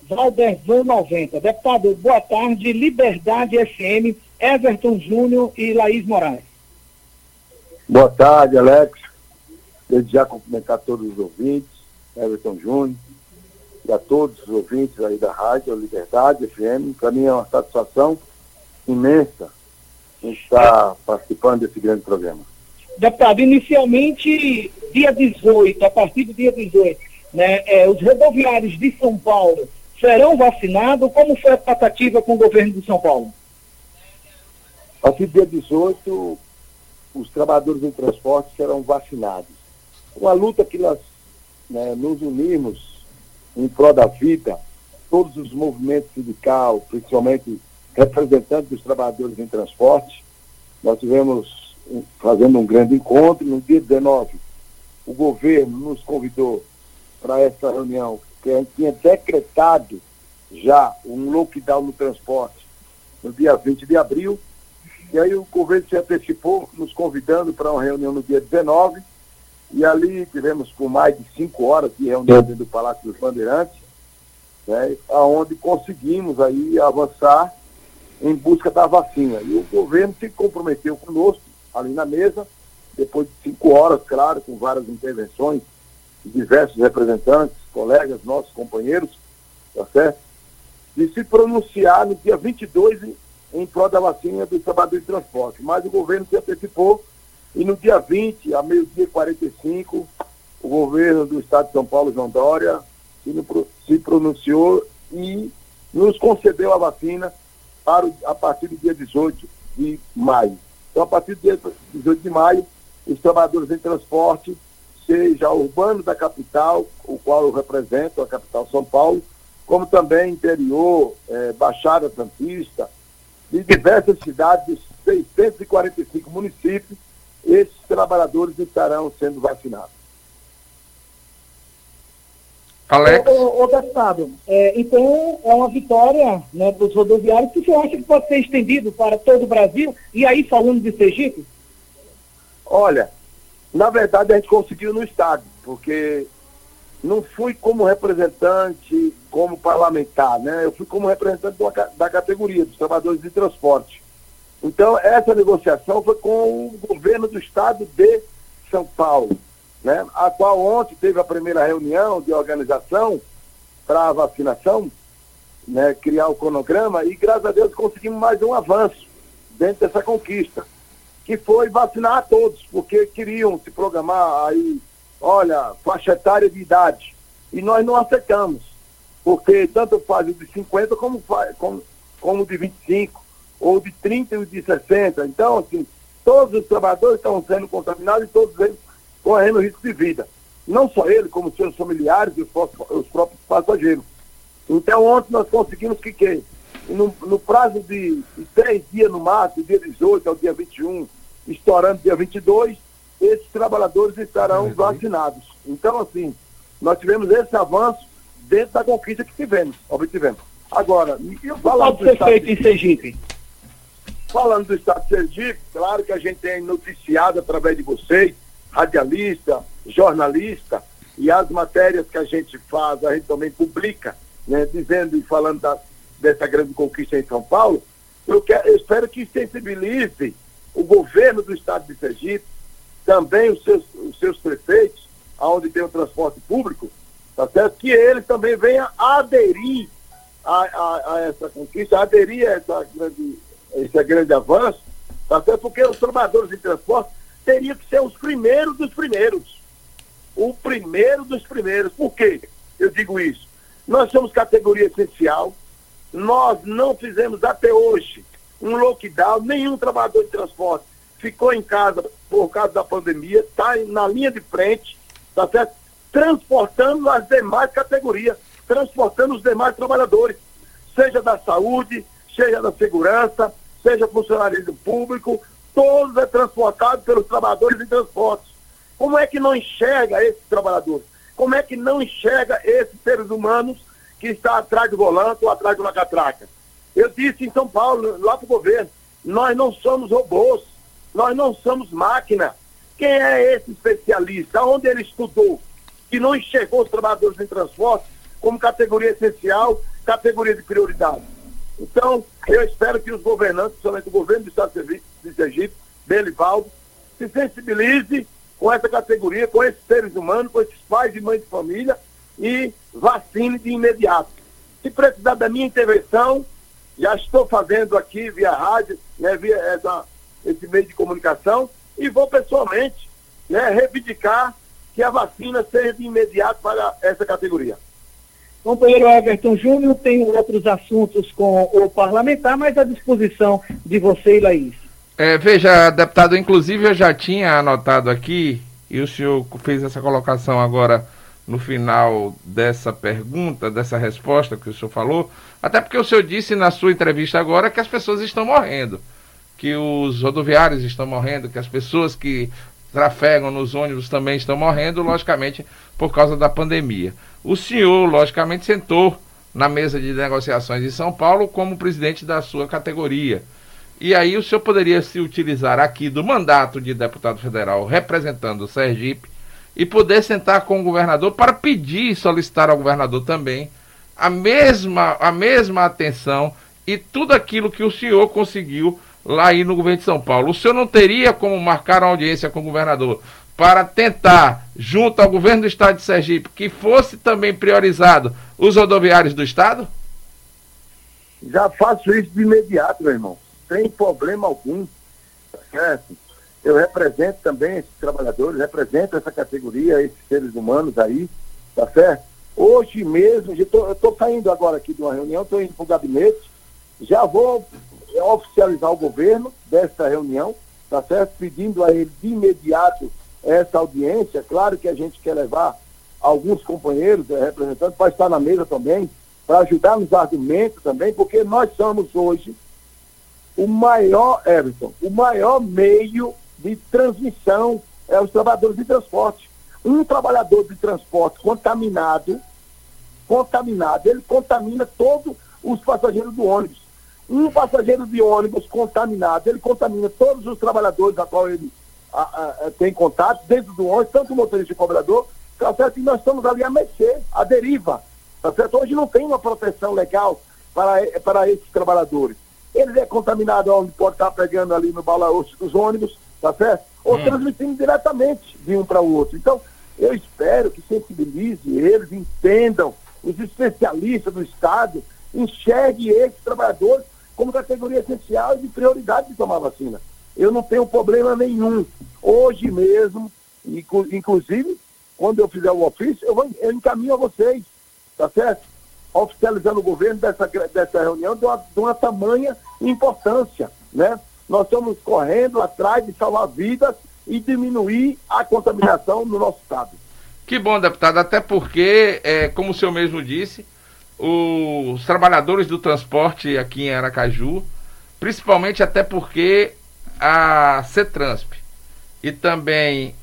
Valderzão 90. Deputado, boa tarde. Liberdade FM, Everton Júnior e Laís Moraes. Boa tarde, Alex. Desde já cumprimentar todos os ouvintes, Everton Júnior, e a todos os ouvintes aí da Rádio Liberdade FM. Para mim é uma satisfação imensa estar participando desse grande programa. Deputado, inicialmente, dia 18, a partir do dia 18, os rodoviários de São Paulo serão vacinados? Como foi a tratativa com o governo de São Paulo? A partir do dia 18, os trabalhadores em transporte serão vacinados. Uma luta que nós nos unimos em prol da vida, todos os movimentos sindicais, principalmente representantes dos trabalhadores em transporte. Nós tivemos fazendo um grande encontro. No dia 19, o governo nos convidou para essa reunião, que a gente tinha decretado já um lockdown no transporte no dia 20 de abril, e aí o governo se antecipou, nos convidando para uma reunião no dia 19, e ali tivemos por mais de 5 horas de reunião dentro do Palácio dos Bandeirantes, onde conseguimos aí avançar em busca da vacina. E o governo se comprometeu conosco ali na mesa, depois de 5 horas, claro, com várias intervenções de diversos representantes, colegas, nossos companheiros, tá certo? De se pronunciar no dia 22 em prol da vacina dos trabalhadores de transporte. Mas o governo se antecipou e no dia 20, a meio-dia e 45, o governo do estado de São Paulo, João Dória, se pronunciou e nos concedeu a vacina a partir do dia 18 de maio. Então, a partir do dia 18 de maio, os trabalhadores em transporte, seja urbano da capital, o qual eu represento, a capital São Paulo, como também interior, Baixada Santista, de diversas cidades, de 645 municípios, esses trabalhadores estarão sendo vacinados. Alex? Ô deputado, então é uma vitória dos rodoviários que você acha que pode ser estendido para todo o Brasil, e aí falando de Sergipe? Olha, na verdade a gente conseguiu no estado, porque não fui como representante, como parlamentar, eu fui como representante da categoria dos trabalhadores de transporte. Então essa negociação foi com o governo do estado de São Paulo, a qual ontem teve a primeira reunião de organização para a vacinação, criar o cronograma, e graças a Deus conseguimos mais um avanço dentro dessa conquista, que foi vacinar a todos, porque queriam se programar aí, faixa etária de idade, e nós não aceitamos, porque tanto faz o de 50 como o de 25, ou de 30 e o de 60, então assim, todos os trabalhadores estão sendo contaminados e todos eles correndo risco de vida. Não só ele, como seus familiares e os próprios passageiros. Então, ontem nós conseguimos que no prazo de 3 dias no máximo, dia 18 ao dia 21, estourando dia 22, esses trabalhadores estarão vacinados. Então, assim, nós tivemos esse avanço dentro da conquista que obtivemos. Agora, pode ser feito em Sergipe? Falando do estado de Sergipe, claro que a gente tem noticiado através de vocês, radialista, jornalista, e as matérias que a gente faz, a gente também publica, dizendo e falando dessa grande conquista em São Paulo. Eu espero que sensibilize o governo do estado de Sergipe, também os seus prefeitos, onde tem o transporte público, tá certo? Que eles também venham aderir a essa conquista, aderir a esse grande avanço, tá certo? Porque os trabalhadores de transporte teriam que ser os primeiros dos primeiros. O primeiro dos primeiros. Por quê? Eu digo isso. Nós somos categoria essencial, nós não fizemos até hoje um lockdown, nenhum trabalhador de transporte ficou em casa por causa da pandemia, está na linha de frente, tá certo? Transportando as demais categorias, transportando os demais trabalhadores, seja da saúde, seja da segurança, seja funcionário público, todos é transportado pelos trabalhadores de transporte. Como é que não enxerga esses trabalhadores? Como é que não enxerga esses seres humanos que estão atrás do volante ou atrás de uma catraca? Eu disse em São Paulo, lá para o governo, nós não somos robôs, nós não somos máquina. Quem é esse especialista? Onde ele estudou? Que não enxergou os trabalhadores em transporte como categoria essencial categoria de prioridade. Então, eu espero que os governantes, principalmente o governo do Estado de Sergipe, Belivaldo, se sensibilize com essa categoria, com esses seres humanos, com esses pais e mães de família e vacine de imediato. Se precisar da minha intervenção, já estou fazendo aqui via rádio, né, via esse meio de comunicação, e vou pessoalmente, né, reivindicar que a vacina seja de imediato para essa categoria. Companheiro Everton Júnior, tem outros assuntos com o parlamentar, mas à disposição de você e Laís. Veja, deputado, inclusive eu já tinha anotado aqui, e o senhor fez essa colocação agora no final dessa pergunta, dessa resposta que o senhor falou, até porque o senhor disse na sua entrevista agora que as pessoas estão morrendo, que os rodoviários estão morrendo, que as pessoas que trafegam nos ônibus também estão morrendo, logicamente, por causa da pandemia. O senhor, logicamente, sentou na mesa de negociações em São Paulo como presidente da sua categoria. E aí o senhor poderia se utilizar aqui do mandato de deputado federal representando o Sergipe e poder sentar com o governador para pedir e solicitar ao governador também a mesma atenção e tudo aquilo que o senhor conseguiu lá aí no governo de São Paulo. O senhor não teria como marcar uma audiência com o governador para tentar, junto ao governo do estado de Sergipe, que fosse também priorizado os rodoviários do estado? Já faço isso de imediato, meu irmão, sem problema algum, tá certo? Eu represento também esses trabalhadores, represento essa categoria, esses seres humanos aí, tá certo? Hoje mesmo, eu estou saindo agora aqui de uma reunião, estou indo para o gabinete, já vou oficializar o governo dessa reunião, tá certo? Pedindo a ele de imediato essa audiência. Claro que a gente quer levar alguns companheiros, representantes, para estar na mesa também, para ajudar nos argumentos também, porque nós somos hoje o maior, Everton, o maior meio de transmissão é os trabalhadores de transporte. Um trabalhador de transporte contaminado, ele contamina todos os passageiros do ônibus. Um passageiro de ônibus contaminado, ele contamina todos os trabalhadores a qual ele tem contato dentro do ônibus, tanto o motorista e o cobrador, tá certo? E nós estamos ali a mercê, a deriva, tá certo? Hoje não tem uma proteção legal para esses trabalhadores. Ele é contaminado onde pode estar pegando ali no balaúso dos ônibus, tá certo? Ou transmitindo diretamente de um para o outro. Então, eu espero que sensibilize eles, entendam, os especialistas do Estado, enxerguem esses trabalhadores como categoria essencial e de prioridade de tomar vacina. Eu não tenho problema nenhum. Hoje mesmo, inclusive, quando eu fizer o ofício, eu encaminho a vocês, tá certo? Oficializando o governo dessa reunião de uma tamanha importância, né? Nós estamos correndo atrás de salvar vidas e diminuir a contaminação no nosso estado. Que bom, deputado, até porque, como o senhor mesmo disse, os trabalhadores do transporte aqui em Aracaju, principalmente até porque a CETRANSP e também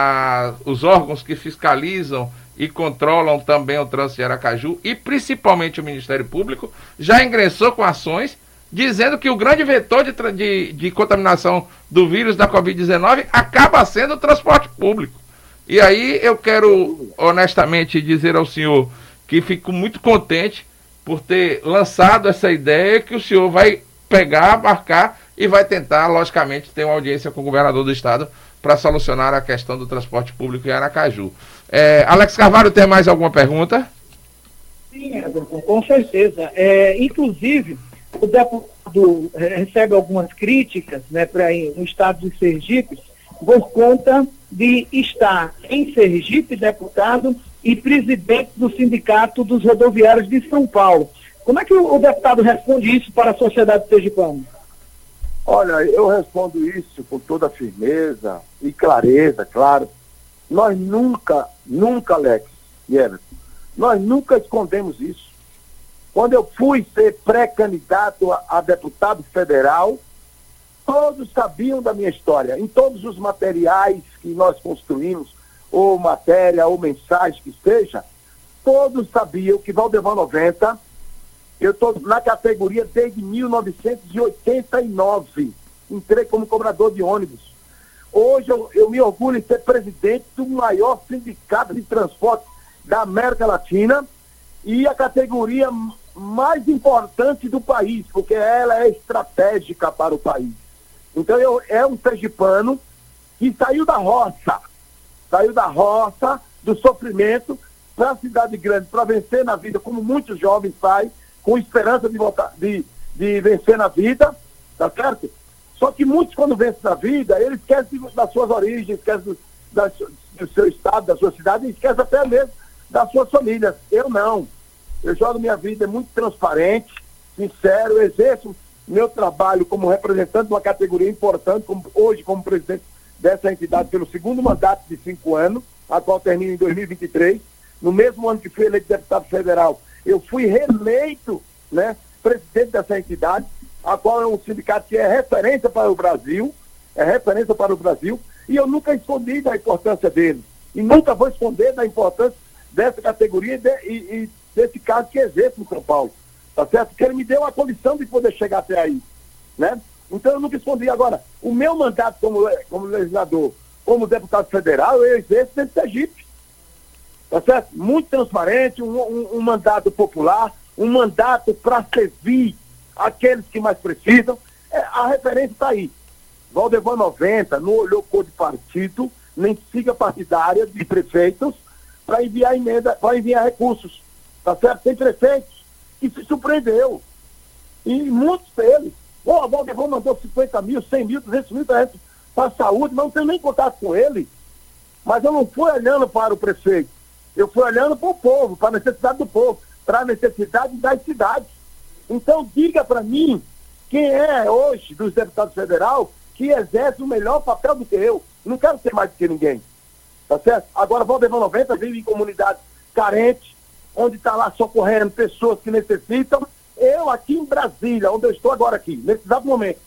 os órgãos que fiscalizam e controlam também o trânsito de Aracaju e principalmente o Ministério Público já ingressou com ações dizendo que o grande vetor de contaminação do vírus da Covid-19 acaba sendo o transporte público. E aí eu quero honestamente dizer ao senhor que fico muito contente por ter lançado essa ideia que o senhor vai pegar, marcar e vai tentar, logicamente, ter uma audiência com o governador do estado para solucionar a questão do transporte público em Aracaju. Alex Carvalho, tem mais alguma pergunta? Sim, Everton, com certeza. Inclusive, o deputado recebe algumas críticas, né, no estado de Sergipe, por conta de estar em Sergipe deputado e presidente do Sindicato dos Rodoviários de São Paulo. Como é que o deputado responde isso para a sociedade sergipana? Olha, eu respondo isso com toda firmeza e clareza, claro. Nós nunca, Alex e Everton, nós nunca escondemos isso. Quando eu fui ser pré-candidato a deputado federal, todos sabiam da minha história. Em todos os materiais que nós construímos, ou matéria, ou mensagem que seja, todos sabiam que Valdemar 90, eu estou na categoria desde 1989. Entrei como cobrador de ônibus. Hoje eu me orgulho de ser presidente do maior sindicato de transporte da América Latina e a categoria mais importante do país, porque ela é estratégica para o país. Então, é um sergipano que saiu da roça, do sofrimento, para a cidade grande, para vencer na vida, como muitos jovens saem, com esperança de vencer na vida, tá certo? Só que muitos, quando vencem na vida, eles esquecem das suas origens, esquecem do seu estado, da sua cidade, e esquecem até mesmo das suas famílias. Eu não. Eu jogo minha vida muito transparente, sincero, eu exerço meu trabalho como representante de uma categoria importante, hoje como presidente dessa entidade pelo segundo mandato de 5 anos, a qual termina em 2023. No mesmo ano que fui eleito deputado federal, eu fui reeleito, né, presidente dessa entidade, a qual é um sindicato que é referência para o Brasil, e eu nunca escondi da importância dele, e nunca vou esconder da importância dessa categoria e desse caso que exerce no São Paulo, tá certo? Porque ele me deu a condição de poder chegar até aí, né? Então eu nunca escondi. Agora, o meu mandato como legislador, como deputado federal, eu exerço dentro do Sergipe, tá certo? Muito transparente, um mandato popular, um mandato para servir aqueles que mais precisam. A referência está aí. Valdevan 90 não olhou cor de partido, nem siga partidária de prefeitos para enviar emenda, para enviar recursos, tá certo? Tem prefeitos que se surpreendeu. E muitos deles. O Valdevan mandou 50 mil, 100 mil, 200 mil, 300 para a saúde, mas não tenho nem contato com ele. Mas eu não fui olhando para o prefeito. Eu fui olhando para o povo, para a necessidade do povo, para a necessidade das cidades. Então, diga para mim quem é hoje dos deputados federais que exerce o melhor papel do que eu. Não quero ser mais do que ninguém. Tá certo? Agora, Valdevan 90 vive em comunidades carentes, onde está lá socorrendo pessoas que necessitam. Eu aqui em Brasília, onde eu estou agora aqui, nesse exato momento,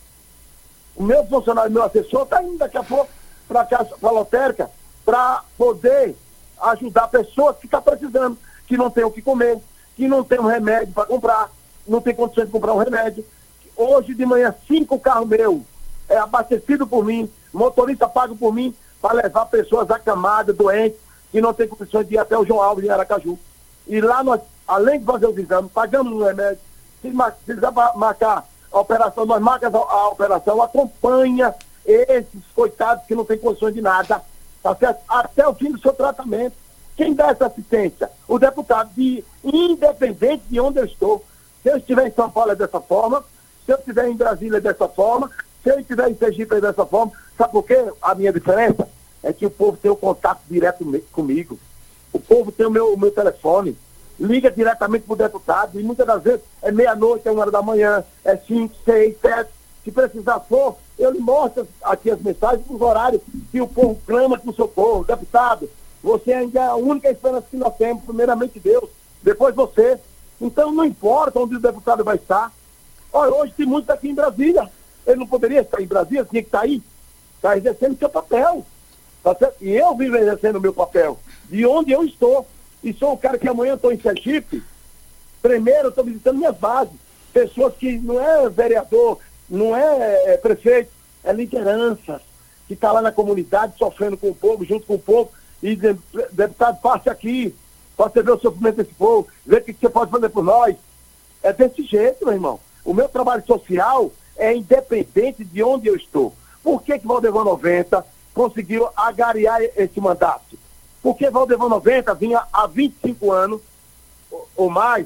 o meu funcionário, meu assessor, está indo daqui a pouco para a lotérica para poder ajudar pessoas que estão precisando, que não tem o que comer, que não tem um remédio para comprar, não tem condições de comprar um remédio. Hoje de manhã, 5 carros meus é abastecido por mim, motorista pago por mim, para levar pessoas acamadas, doentes, que não tem condições de ir até o João Alves em Aracaju. E lá nós, além de fazer os exames, pagamos um remédio. Se precisar marcar a operação, nós marcamos a operação, acompanha esses coitados que não têm condições de nada, tá certo? Até o fim do seu tratamento. Quem dá essa assistência? O deputado, independente de onde eu estou. Se eu estiver em São Paulo é dessa forma, se eu estiver em Brasília é dessa forma, se eu estiver em Sergipe é dessa forma. Sabe por quê? A minha diferença é que o povo tem o contato direto comigo. O povo tem o meu telefone, liga diretamente para o deputado, e muitas das vezes é meia-noite, é 1h da manhã, é 5, 6, 7. Se precisar for, eu lhe mostro aqui as mensagens dos horários que o povo clama com socorro. Deputado, você ainda é a única esperança que nós temos, primeiramente Deus, depois você. Então não importa onde o deputado vai estar. Olha, hoje tem muitos aqui em Brasília. Ele não poderia estar em Brasília, tinha que estar aí. Está exercendo seu papel. Tá certo? E eu vivo exercendo o meu papel. De onde eu estou. E sou um cara que amanhã estou em Sergipe. Primeiro eu estou visitando minhas bases. Pessoas que não é vereador, não é prefeito, é lideranças. Que está lá na comunidade sofrendo com o povo, junto com o povo. E dizendo, deputado, passe aqui. Para você ver o sofrimento desse povo. Ver o que você pode fazer por nós. É desse jeito, meu irmão. O meu trabalho social é independente de onde eu estou. Por que Valdevan 90 conseguiu agariar esse mandato? Porque Valdevan 90 vinha há 25 anos ou mais,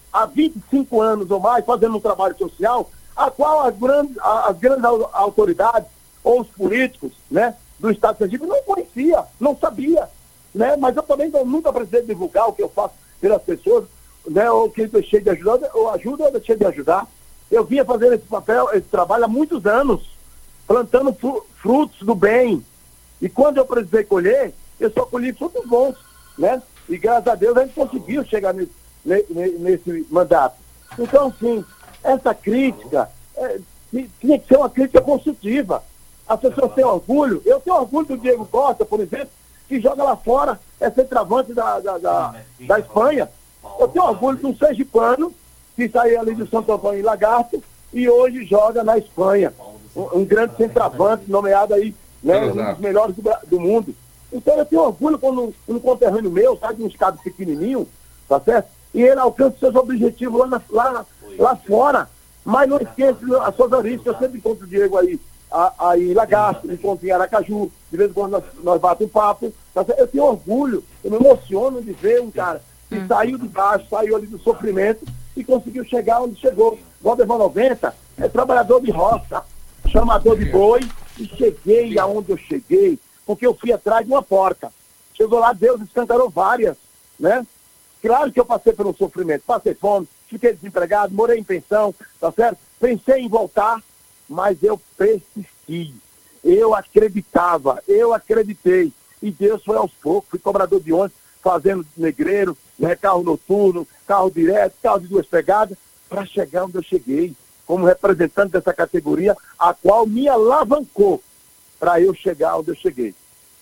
fazendo um trabalho social, a qual as grandes autoridades ou os políticos, né, do Estado de Sergipe não conhecia, não sabia, né? Mas eu também nunca precisei divulgar o que eu faço pelas pessoas, né, ou que eu deixei de ajudar, ou ajuda ou deixei de ajudar. Eu vinha fazendo esse trabalho há muitos anos, plantando frutos do bem. E quando eu precisei colher, eu só colhi frutos bons, né? E graças a Deus a gente conseguiu chegar nesse mandato. Então, sim, essa crítica tinha que ser uma crítica construtiva. As pessoas têm orgulho. Eu tenho orgulho do Diego Costa, por exemplo, que joga lá fora, é centroavante da Espanha. Eu tenho orgulho de um sergipano que saiu ali do Santo Antônio em Lagarto e hoje joga na Espanha. Um grande centroavante, nomeado aí, né, um dos melhores do mundo. Então eu tenho orgulho quando um conterrâneo meu sai de um estado pequenininho, tá certo? e ele alcança seus objetivos lá fora. Mas não esqueça as suas origens, eu sempre encontro o Diego aí em Lagarto, encontro em Aracaju, de vez em quando nós batemos um papo. Tá certo? Eu tenho orgulho, eu me emociono de ver um cara que saiu de baixo, saiu ali do sofrimento e conseguiu chegar onde chegou. Valdevan 90 é trabalhador de roça, chamador de boi, e cheguei aonde eu cheguei, porque eu fui atrás de uma porta. Chegou lá, Deus escancarou várias, né? Claro que eu passei pelo sofrimento, passei fome, fiquei desempregado, morei em pensão, tá certo? Pensei em voltar, mas eu persisti. Eu acreditava, eu acreditei. E Deus foi aos poucos, fui cobrador de ônibus, fazendo negreiro, né, carro noturno, carro direto, carro de 2 pegadas, para chegar onde eu cheguei, como representante dessa categoria, a qual me alavancou para eu chegar onde eu cheguei.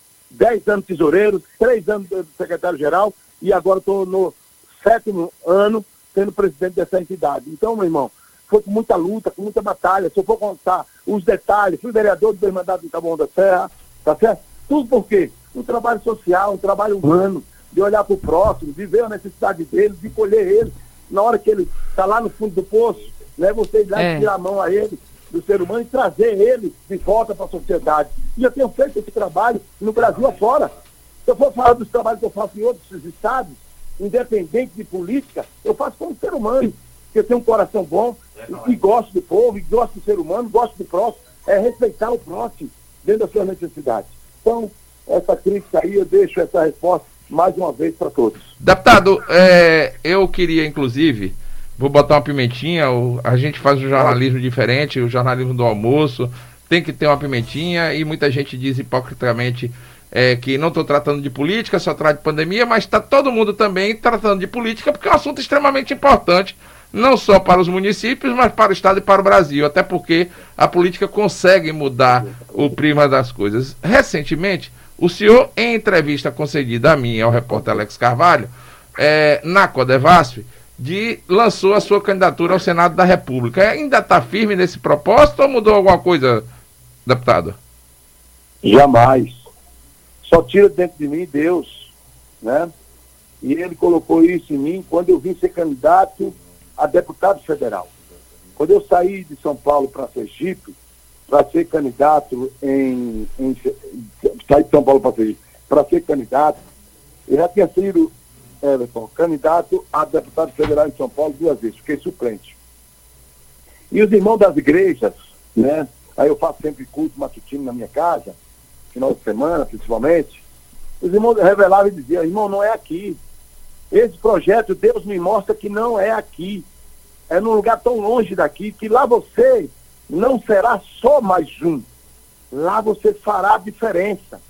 10 anos tesoureiro, 3 anos secretário-geral, e agora estou no 7º ano sendo presidente dessa entidade. Então, meu irmão, foi com muita luta, com muita batalha. Se eu for contar os detalhes, fui vereador do mandato de Taboão da Serra, tá certo? Tudo por quê? Um trabalho social, um trabalho humano, de olhar para o próximo, de ver a necessidade dele, de colher ele. Na hora que ele está lá no fundo do poço, né, você ir lá e tirar a mão a ele, do ser humano, e trazer ele de volta para a sociedade. E eu tenho feito esse trabalho no Brasil afora. Se eu for falar dos trabalhos que eu faço em outros estados, independente de política, eu faço como ser humano, porque eu tenho um coração bom e gosto do povo, e gosto do ser humano, gosto do próximo, é respeitar o próximo dentro das suas necessidades. Então, essa crítica aí, eu deixo essa resposta mais uma vez para todos. Deputado, eu queria, inclusive, vou botar uma pimentinha, a gente faz um jornalismo diferente, o jornalismo do almoço, tem que ter uma pimentinha, e muita gente diz hipocritamente que não estou tratando de política, só trato de pandemia, mas está todo mundo também tratando de política, porque é um assunto extremamente importante, não só para os municípios, mas para o Estado e para o Brasil, até porque a política consegue mudar o clima das coisas. Recentemente, o senhor, em entrevista concedida a mim e ao repórter Alex Carvalho, na Codevasf, lançou a sua candidatura ao Senado da República. Ainda está firme nesse propósito ou mudou alguma coisa, deputado? Jamais. Só tira dentro de mim Deus, né? E ele colocou isso em mim quando eu vim ser candidato a deputado federal. Quando eu saí de São Paulo para Sergipe, para ser candidato saí de São Paulo para ser candidato, eu já tinha sido candidato a deputado federal em São Paulo 2 vezes, fiquei suplente. E os irmãos das igrejas, né? Aí eu faço sempre culto matutino na minha casa, final de semana, principalmente. Os irmãos revelavam e diziam: irmão, não é aqui. Esse projeto, Deus me mostra que não é aqui. É num lugar tão longe daqui, que lá você não será só mais um. Lá você fará a diferença.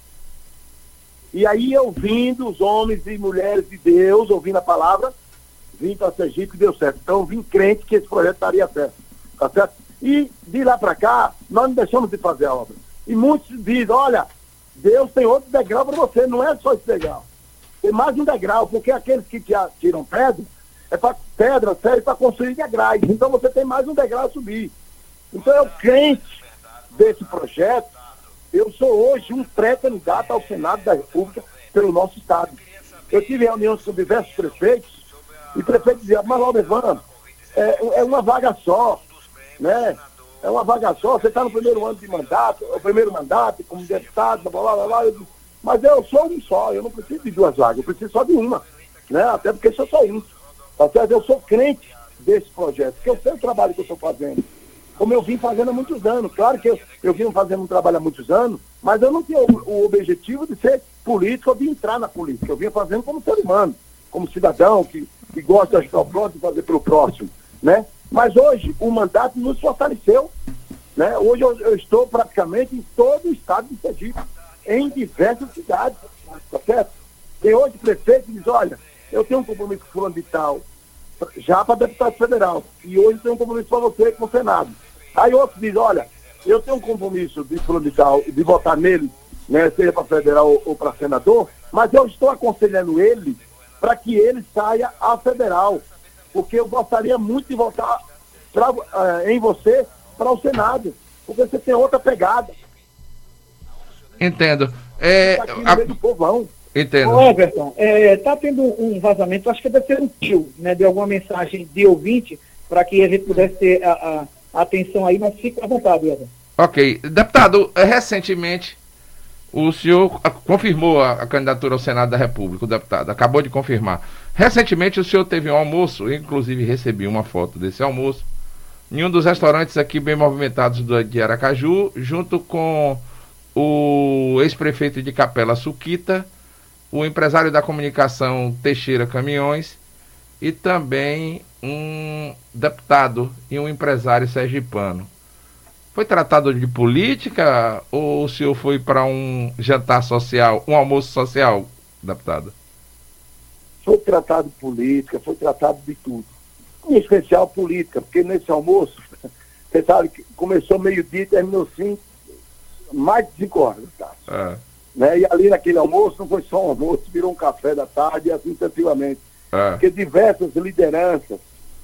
E aí eu vim dos homens e mulheres de Deus, ouvindo a palavra, vim para Sergipe e deu certo. Então eu vim crente que esse projeto estaria certo. Tá certo? E de lá para cá, nós não deixamos de fazer a obra. E muitos dizem: olha, Deus tem outro degrau para você, não é só esse degrau. Tem mais um degrau, porque aqueles que tiram pedra serve para construir degraus. Então você tem mais um degrau a subir. Então eu, crente desse projeto, eu sou hoje um pré-candidato ao Senado da República pelo nosso estado. Eu tive reuniões com diversos prefeitos, e o prefeito dizia: mas Valdevan, é uma vaga só, né? É uma vaga só, você está no primeiro ano de mandato, o primeiro mandato, como deputado, blá, blá, blá, blá. Mas eu sou um só, eu não preciso de 2 vagas, eu preciso só de uma, né? Até porque sou só um. Tá certo? Eu sou crente desse projeto, porque eu sei o trabalho que eu estou fazendo, como eu vim fazendo há muitos anos. Claro que eu vim fazendo um trabalho há muitos anos, mas eu não tinha o objetivo de ser político ou de entrar na política. Eu vinha fazendo como ser humano, como cidadão, que gosta de ajudar o próximo e fazer pelo próximo, né? Mas hoje o mandato nos fortaleceu, né? Hoje eu estou praticamente em todo o estado de Sergipe, em diversas cidades, tá certo? Tem hoje prefeito que diz: olha, eu tenho um compromisso com fulano de tal, já para deputado federal, e hoje tenho um compromisso para você com o Senado. Aí outro diz: olha, eu tenho um compromisso de fulano de tal, de votar nele, né, seja para federal ou para senador, mas eu estou aconselhando ele para que ele saia a federal, porque eu gostaria muito de votar em você para o Senado, porque você tem outra pegada. Entendo. Aqui no meio do povão. Entendo. Ô Everton, tá tendo um vazamento, acho que deve ser um tio, né, de alguma mensagem de ouvinte, para que a gente pudesse ter a atenção aí, mas fique à vontade, Everton. Ok. Deputado, recentemente o senhor confirmou a candidatura ao Senado da República, o deputado, acabou de confirmar. Recentemente o senhor teve um almoço, inclusive recebi uma foto desse almoço, em um dos restaurantes aqui bem movimentados de Aracaju, junto com o ex-prefeito de Capela, Suquita, o empresário da comunicação Teixeira Caminhões e também um deputado e um empresário sergipano. Foi tratado de política ou o senhor foi para um jantar social, um almoço social, deputado? Foi tratado de política, foi tratado de tudo. Em especial política, porque nesse almoço, você sabe que começou meio-dia e terminou 5, mais de 5 horas, tá? Né? E ali naquele almoço não foi só um almoço, virou um café da tarde e assim tranquilamente. Porque diversas lideranças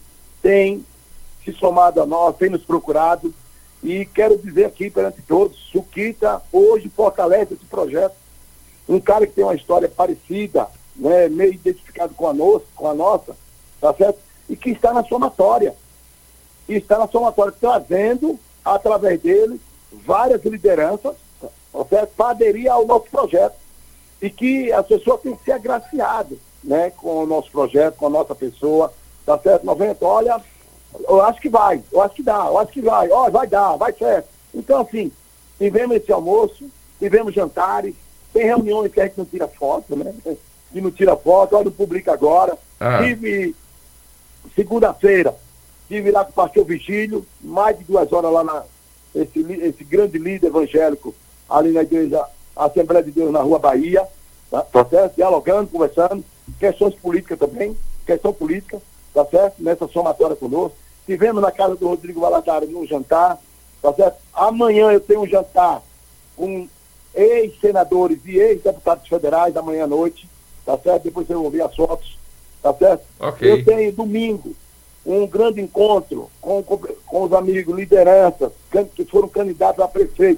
têm se somado a nós, têm nos procurado, e quero dizer aqui perante todos, Suquita hoje fortalece esse projeto. Um cara que tem uma história parecida, né, meio identificado com a nossa, tá certo? E que está na somatória. E está na somatória, trazendo, através dele, várias lideranças, tá certo? Para aderir ao nosso projeto. E que as pessoas têm que ser agraciadas, né, com o nosso projeto, com a nossa pessoa, tá certo? 90, olha, eu acho que vai, eu acho que dá, eu acho que vai, ó, vai dar, vai certo. Então, assim, tivemos esse almoço, tivemos jantares, tem reuniões que a gente não tira foto, né? E não tira foto, olha, não publica agora. Tive, segunda-feira, tive lá com o pastor Vigílio, mais de 2 horas lá esse grande líder evangélico, ali na igreja Assembleia de Deus, na Rua Bahia, tá certo? Dialogando, conversando, questões políticas também, questão política, tá certo? Nessa somatória conosco. Tivemos na casa do Rodrigo Valadares num jantar, tá certo? Amanhã eu tenho um jantar com ex-senadores e ex-deputados federais, amanhã à noite, tá certo? Depois eu vou ver as fotos, tá certo? Okay. Eu tenho domingo um grande encontro com os amigos, lideranças, que foram candidatos a prefeito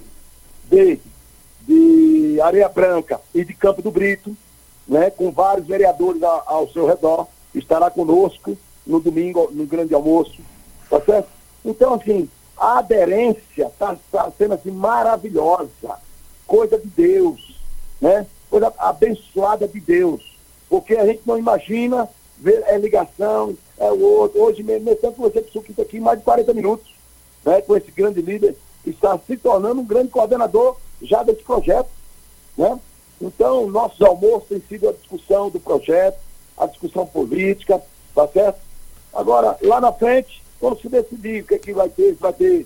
de Areia Branca e de Campo do Brito, né? Com vários vereadores ao seu redor, estará conosco no domingo, no grande almoço, tá certo? Então, assim, a aderência está sendo assim maravilhosa, coisa de Deus, né? Coisa abençoada de Deus, porque a gente não imagina ver ligação, o outro. Hoje mesmo, tanto você que Suquita aqui, mais de 40 minutos, né? Com esse grande líder, que está se tornando um grande coordenador já desse projeto, né? Então, nossos almoços têm sido a discussão do projeto, a discussão política, tá certo? Agora, lá na frente, quando se decidir o que é que vai ter,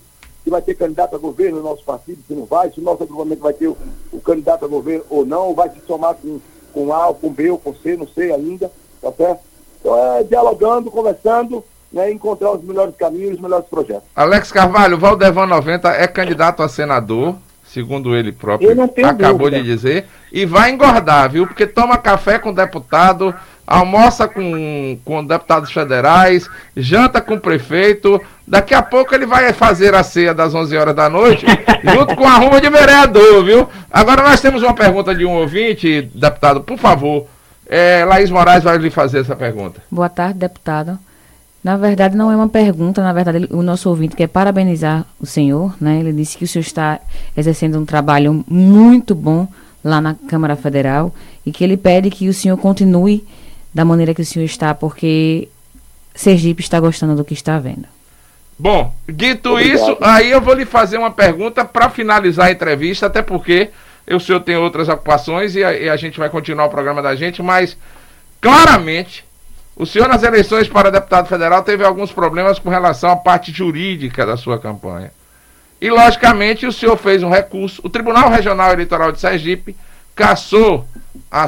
se vai ter candidato a governo no nosso partido, se não vai, se o nosso agrupamento vai ter o candidato a governo ou não, vai se somar com A, ou com B, ou com C, não sei ainda, tá certo? Então dialogando, conversando, né, encontrar os melhores caminhos, os melhores projetos. Alex Carvalho, Valdevan 90 é candidato a senador, segundo ele próprio acabou de dizer, e vai engordar, viu? Porque toma café com deputado, almoça com deputados federais, janta com o prefeito, daqui a pouco ele vai fazer a ceia das 11 horas da noite, junto com a ruma de vereador, viu? Agora nós temos uma pergunta de um ouvinte, deputado, por favor, Laís Moraes vai lhe fazer essa pergunta. Boa tarde, deputado. Na verdade, não é uma pergunta, na verdade, o nosso ouvinte quer parabenizar o senhor, né? Ele disse que o senhor está exercendo um trabalho muito bom lá na Câmara Federal e que ele pede que o senhor continue da maneira que o senhor está, porque Sergipe está gostando do que está vendo. Bom, dito isso, aí eu vou lhe fazer uma pergunta para finalizar a entrevista, até porque o senhor tem outras ocupações e a gente vai continuar o programa da gente, mas claramente o senhor nas eleições para deputado federal teve alguns problemas com relação à parte jurídica da sua campanha. E logicamente o senhor fez um recurso, o Tribunal Regional Eleitoral de Sergipe cassou a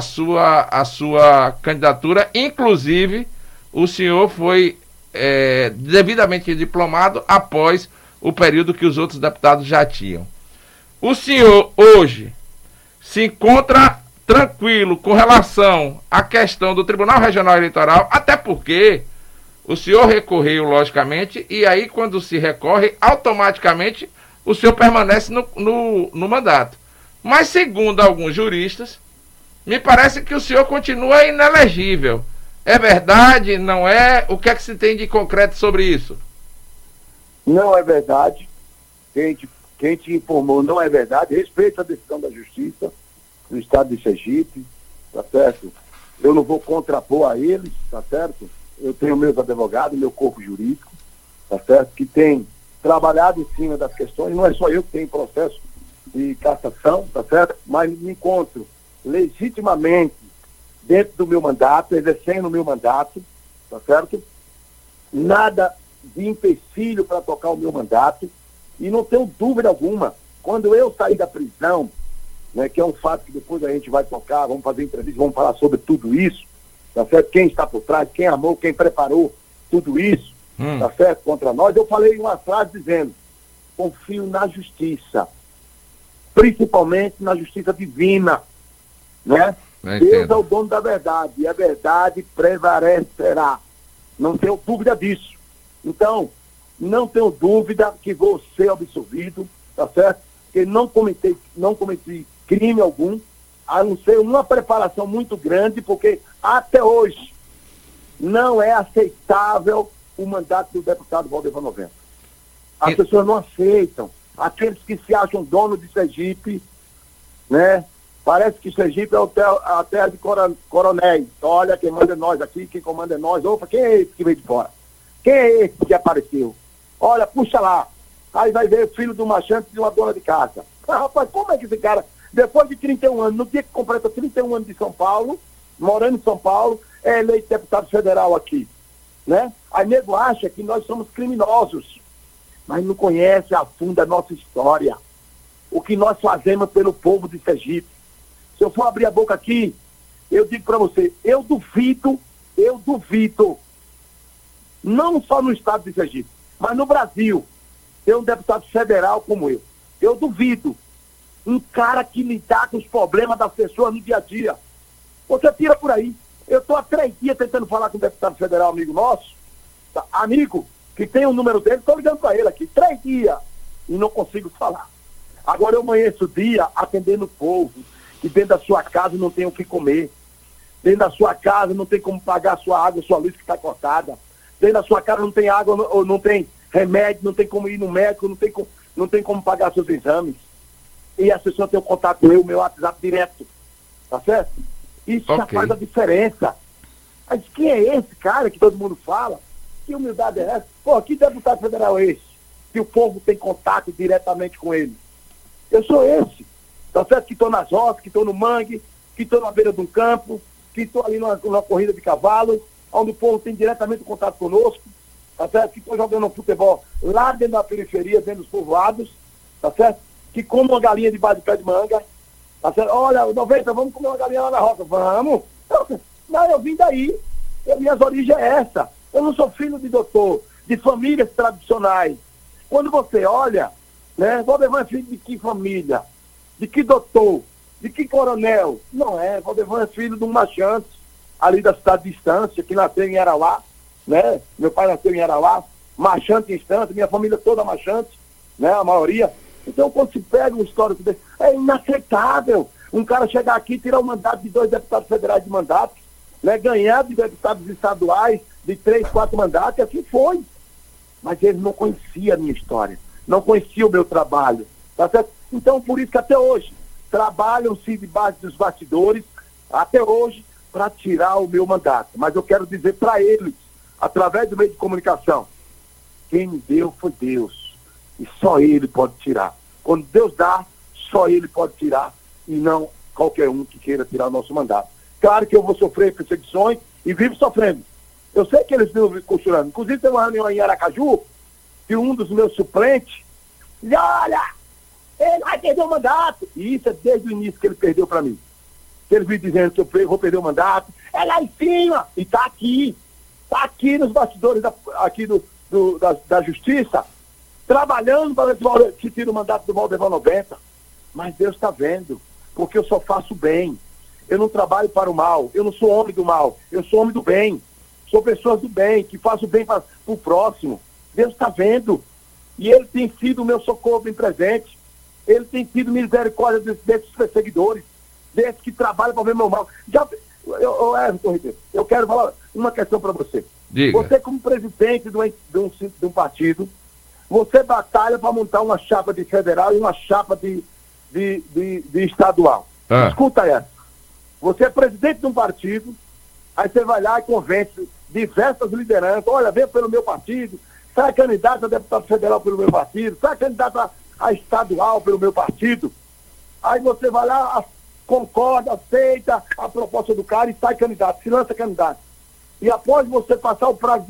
sua candidatura, inclusive o senhor foi devidamente diplomado após o período que os outros deputados já tinham. O senhor hoje se encontra tranquilo com relação à questão do Tribunal Regional Eleitoral, até porque o senhor recorreu, logicamente, e aí quando se recorre, automaticamente o senhor permanece no mandato. Mas segundo alguns juristas, Me parece que o senhor continua inelegível. É verdade? Não é? O que é que se tem de concreto sobre isso? Não é verdade. Quem te informou não é verdade. Respeito a decisão da Justiça do Estado de Sergipe, tá certo? Eu não vou contrapor a eles, tá certo? Eu tenho meus advogados, meu corpo jurídico, tá certo? Que tem trabalhado em cima das questões. Não é só eu que tenho processo de cassação, tá certo? Mas me encontro legitimamente dentro do meu mandato, exercendo o meu mandato, tá certo? Nada de empecilho para tocar o meu mandato, e não tenho dúvida alguma, quando eu sair da prisão, né, que é um fato que depois a gente vai tocar, vamos fazer entrevista, vamos falar sobre tudo isso, tá certo? Quem está por trás, quem armou, quem preparou tudo isso, tá certo? Contra nós, eu falei uma frase dizendo, confio na justiça, principalmente na justiça divina, né? Deus é o dono da verdade, e a verdade prevalecerá. Não tenho dúvida disso. Então, não tenho dúvida que vou ser absolvido, tá certo? Porque não cometi crime algum, a não ser uma preparação muito grande, porque até hoje não é aceitável o mandato do deputado Valdevan 90. As pessoas não aceitam. Aqueles que se acham dono de Sergipe, né? Parece que Sergipe é a terra de coronéis. Olha, quem manda é nós aqui, quem comanda é nós. Opa, quem é esse que veio de fora? Quem é esse que apareceu? Olha, puxa lá. Aí vai ver o filho do machante de uma dona de casa. Ah, rapaz, como é que esse cara, depois de 31 anos, no dia que completa 31 anos de São Paulo, morando em São Paulo, é eleito deputado federal aqui, né? Aí nego acha que nós somos criminosos, mas não conhece a fundo a nossa história. O que nós fazemos pelo povo de Sergipe. Se eu for abrir a boca aqui, eu digo para você, eu duvido, não só no estado de Sergipe, mas no Brasil, ter um deputado federal como eu. Eu duvido. Um cara que lidar com os problemas das pessoas no dia a dia. Você tira por aí. Eu estou há 3 dias tentando falar com um deputado federal, amigo nosso, tá? Amigo, que tem o número dele, estou ligando para ele aqui, 3 dias, e não consigo falar. Agora eu amanheço o dia atendendo o povo, que dentro da sua casa não tem o que comer. Dentro da sua casa não tem como pagar a sua água, sua luz que está cortada. Dentro da sua casa não tem água, ou não tem remédio, não tem como ir no médico, não tem como pagar seus exames. E as pessoas têm o contato com o meu WhatsApp direto. Tá certo? Isso já faz a diferença. Mas quem é esse cara que todo mundo fala? Que humildade é essa? Pô, que deputado federal é esse? Que o povo tem contato diretamente com ele. Eu sou esse. Tá certo? Que estou nas roças, que estou no mangue, que estou na beira de um campo, que estou ali numa corrida de cavalo, onde o povo tem diretamente contato conosco, tá certo? Que estou jogando futebol lá dentro da periferia, dentro dos povoados, tá certo? Que como uma galinha debaixo de pé de manga, tá certo? Olha, 90, vamos comer uma galinha lá na roça. Vamos. Não, eu vim daí. Minhas origens é essa. Eu não sou filho de doutor, de famílias tradicionais. Quando você olha, né? Valdevan é filho de que família? De que doutor? De que coronel? Não é. Valdevan é filho de um machante ali da cidade de Estância, que nasceu em Arauá, né? Meu pai nasceu em Arauá, machante em Estância, minha família toda machante, né? A maioria. Então, quando se pega um histórico desse, é inaceitável um cara chegar aqui e tirar o mandato de 2 deputados federais de mandato, né? Ganhar de deputados estaduais de 3, 4 mandatos, e assim foi. Mas ele não conhecia a minha história, não conhecia o meu trabalho, tá certo? Então, por isso que até hoje, trabalham-se debaixo dos bastidores, até hoje, para tirar o meu mandato. Mas eu quero dizer para eles, através do meio de comunicação, quem me deu foi Deus. E só Ele pode tirar. Quando Deus dá, só Ele pode tirar, e não qualquer um que queira tirar o nosso mandato. Claro que eu vou sofrer perseguições e vivo sofrendo. Eu sei que eles vivem costurando. Inclusive, tem uma reunião em Aracaju, que um dos meus suplentes, diz, olha, ele vai perder o mandato. E isso é desde o início que ele perdeu para mim. Ele vive dizendo que eu vou perder o mandato. É lá em cima. E está aqui nos bastidores da Justiça, trabalhando para ver se tira o mandato do Valdevan 90. Mas Deus está vendo, porque eu só faço bem. Eu não trabalho para o mal. Eu não sou homem do mal. Eu sou homem do bem. Sou pessoas do bem, que faço bem para o próximo. Deus está vendo. E Ele tem sido o meu socorro bem presente. Ele tem sido misericórdia desses perseguidores. desse que trabalha para ver meu mal. Everton Ribeiro, eu quero falar uma questão para você. Diga. Você, como presidente de um partido, você batalha para montar uma chapa de federal e uma chapa de estadual. Escuta essa. Você é presidente de um partido, aí você vai lá e convence diversas lideranças. Olha, vem pelo meu partido, sai candidato a deputado federal pelo meu partido, sai candidato a estadual pelo meu partido. Aí você vai lá, concorda, aceita a proposta do cara e sai candidato, se lança candidato. E após você passar o prazo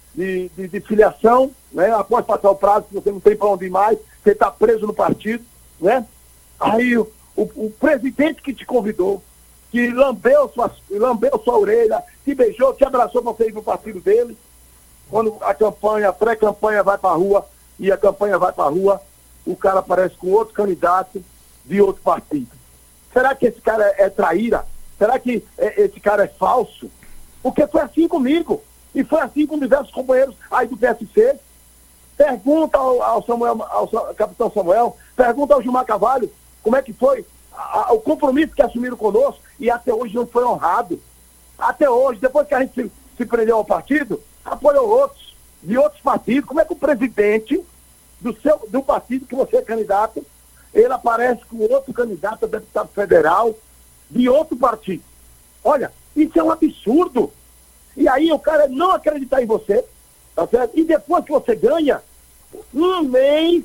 de filiação, né? Após passar o prazo, você não tem para onde ir mais, você está preso no partido, né? Aí o presidente que te convidou, que lambeu sua orelha, te beijou, te abraçou para você ir para o partido dele, quando a pré-campanha vai para a rua e a campanha vai para a rua, o cara aparece com outro candidato de outro partido. Será que esse cara é traíra? Será que esse cara é falso? Porque foi assim comigo. E foi assim com diversos companheiros aí do PSC. Pergunta ao capitão Samuel, pergunta ao Gilmar Carvalho, como é que foi o compromisso que assumiram conosco e até hoje não foi honrado. Até hoje, depois que a gente se prendeu ao partido, apoiou outros, de outros partidos. Como é que o presidente do partido que você é candidato, ele aparece com outro candidato a deputado federal de outro partido? Olha, isso é um absurdo. E aí o cara não acreditar em você, tá certo? E depois que você ganha, um mês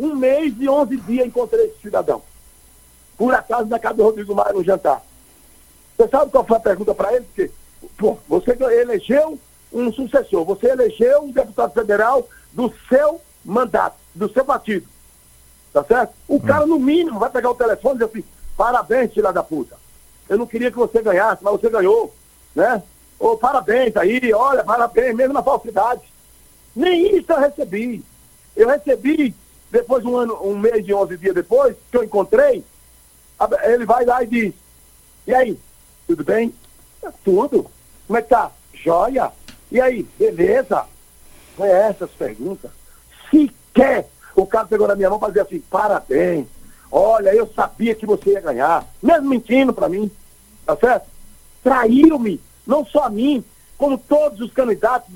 e 11 dias encontrei esse cidadão. Por acaso, na casa do Rodrigo Maia no jantar. Você sabe qual foi a pergunta para ele? Porque, você elegeu um sucessor, você elegeu um deputado federal do seu mandato, do seu partido. Tá certo? O cara, no mínimo, vai pegar o telefone e dizer assim: parabéns, filha da puta. Eu não queria que você ganhasse, mas você ganhou, né? Ou parabéns aí, olha, parabéns, mesmo na falsidade. Nem isso eu recebi. Eu recebi, depois um mês e 11 dias depois, que eu encontrei, ele vai lá e diz: e aí, tudo bem? Tudo. Como é que tá? Joia. E aí, beleza? Foi essas perguntas. Sequer o cara pegou na minha mão para dizer assim: parabéns, olha, eu sabia que você ia ganhar, mesmo mentindo para mim, tá certo? Traiu-me, não só a mim, como todos os candidatos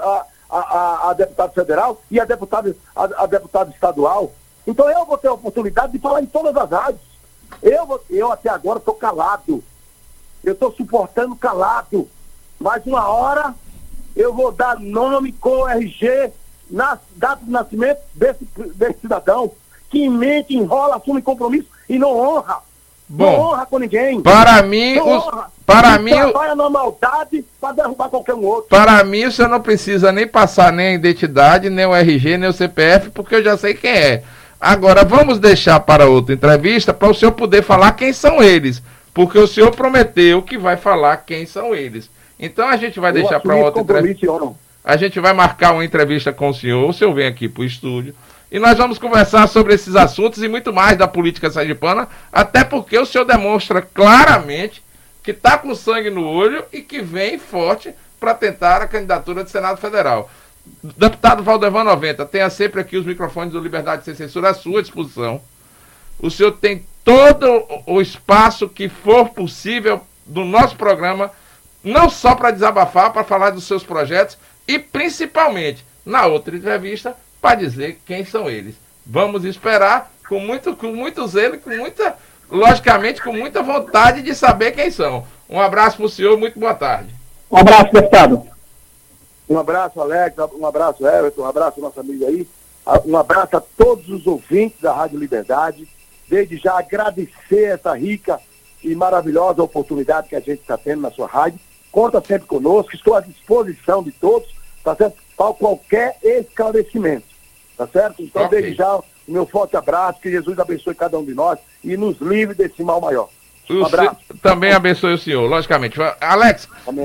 a deputado federal e a deputado estadual. Então eu vou ter a oportunidade de falar em todas as rádios. Eu até agora estou calado, eu estou suportando calado, mas uma hora eu vou dar nome com RG, data de nascimento desse cidadão que mente, enrola, assume compromisso e não honra. Bom, não honra com ninguém. Para mim, trabalha na maldade para derrubar qualquer um outro. Para mim, você não precisa nem passar nem a identidade, nem o RG, nem o CPF, porque eu já sei quem é. Agora, vamos deixar para outra entrevista para o senhor poder falar quem são eles, porque o senhor prometeu que vai falar quem são eles. Então a gente vai deixar para outra entrevista. A gente vai marcar uma entrevista com o senhor vem aqui para o estúdio, e nós vamos conversar sobre esses assuntos e muito mais da política sergipana, até porque o senhor demonstra claramente que está com sangue no olho e que vem forte para tentar a candidatura de Senado Federal. Deputado Valdevan 90, tenha sempre aqui os microfones do Liberdade Sem Censura à sua disposição. O senhor tem todo o espaço que for possível do nosso programa, não só para desabafar, para falar dos seus projetos e principalmente, na outra entrevista, para dizer quem são eles. Vamos esperar com muito zelo, logicamente, com muita vontade de saber quem são. Um abraço para o senhor, muito boa tarde. Um abraço, deputado. Um abraço, Alex, um abraço, Everton, um abraço, nossa amiga aí. Um abraço a todos os ouvintes da Rádio Liberdade. Desde já agradecer essa rica e maravilhosa oportunidade que a gente está tendo na sua rádio. Conta sempre conosco, estou à disposição de todos, tá certo? Para qualquer esclarecimento, tá certo? Então, Okay. Desde já, o meu forte abraço, que Jesus abençoe cada um de nós e nos livre desse mal maior. Um abraço. Também abençoe o senhor, logicamente. Alex, Amém.